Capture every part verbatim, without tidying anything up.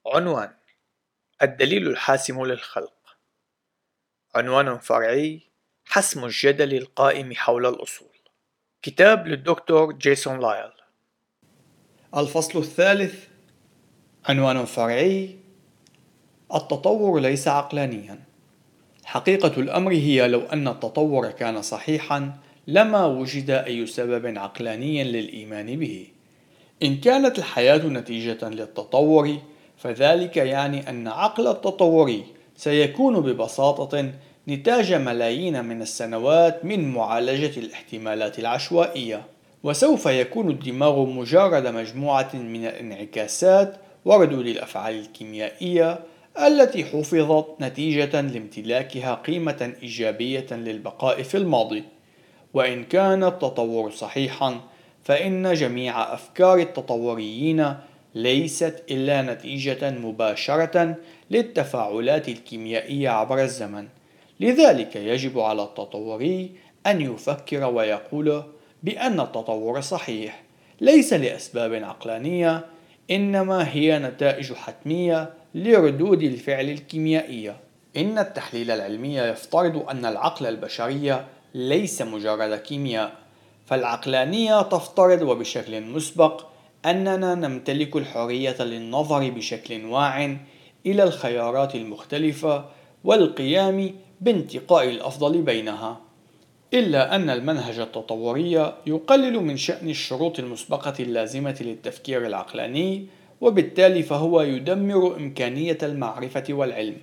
عنوان: الدليل الحاسم للخلق. عنوان فرعي: حسم الجدل القائم حول الأصول. كتاب للدكتور جيسون لايل. الفصل الثالث. عنوان فرعي: التطور ليس عقلانيا. حقيقة الأمر هي لو أن التطور كان صحيحا لما وجد أي سبب عقلاني للإيمان به. إن كانت الحياة نتيجة للتطور فذلك يعني أن عقل التطوري سيكون ببساطة نتاج ملايين من السنوات من معالجة الاحتمالات العشوائية، وسوف يكون الدماغ مجرد مجموعة من الانعكاسات وردود الأفعال الكيميائية التي حفظت نتيجة لامتلاكها قيمة إيجابية للبقاء في الماضي. وإن كان التطور صحيحا فإن جميع أفكار التطوريين ليست إلا نتيجة مباشرة للتفاعلات الكيميائية عبر الزمن. لذلك يجب على التطوري أن يفكر ويقول بأن التطور صحيح، ليس لأسباب عقلانية، إنما هي نتائج حتمية لردود الفعل الكيميائية. إن التحليل العلمي يفترض أن العقل البشري ليس مجرد كيمياء، فالعقلانية تفترض وبشكل مسبق أننا نمتلك الحرية للنظر بشكل واع إلى الخيارات المختلفة والقيام بانتقاء الأفضل بينها. إلا أن المنهج التطوري يقلل من شأن الشروط المسبقة اللازمة للتفكير العقلاني، وبالتالي فهو يدمر إمكانية المعرفة والعلم.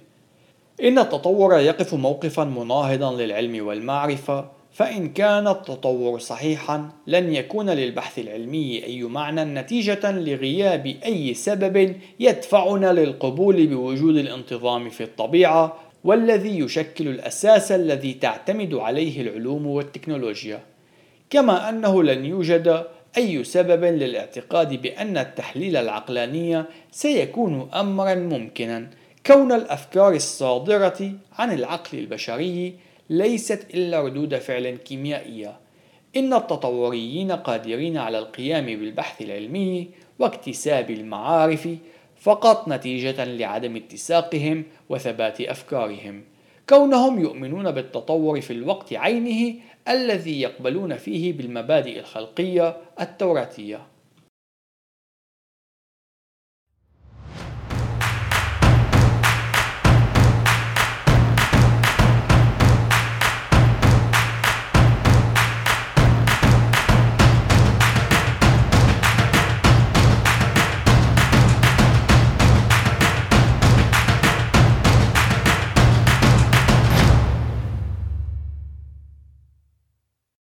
إن التطور يقف موقفا مناهضا للعلم والمعرفة، فإن كان التطور صحيحا لن يكون للبحث العلمي أي معنى نتيجة لغياب أي سبب يدفعنا للقبول بوجود الانتظام في الطبيعة، والذي يشكل الأساس الذي تعتمد عليه العلوم والتكنولوجيا. كما أنه لن يوجد أي سبب للاعتقاد بأن التحليل العقلاني سيكون أمرا ممكنا، كون الأفكار الصادرة عن العقل البشري ليست إلا ردود فعل كيميائية. إن التطوريين قادرين على القيام بالبحث العلمي واكتساب المعارف فقط نتيجة لعدم اتساقهم وثبات أفكارهم، كونهم يؤمنون بالتطور في الوقت عينه الذي يقبلون فيه بالمبادئ الخلقية التوراتية.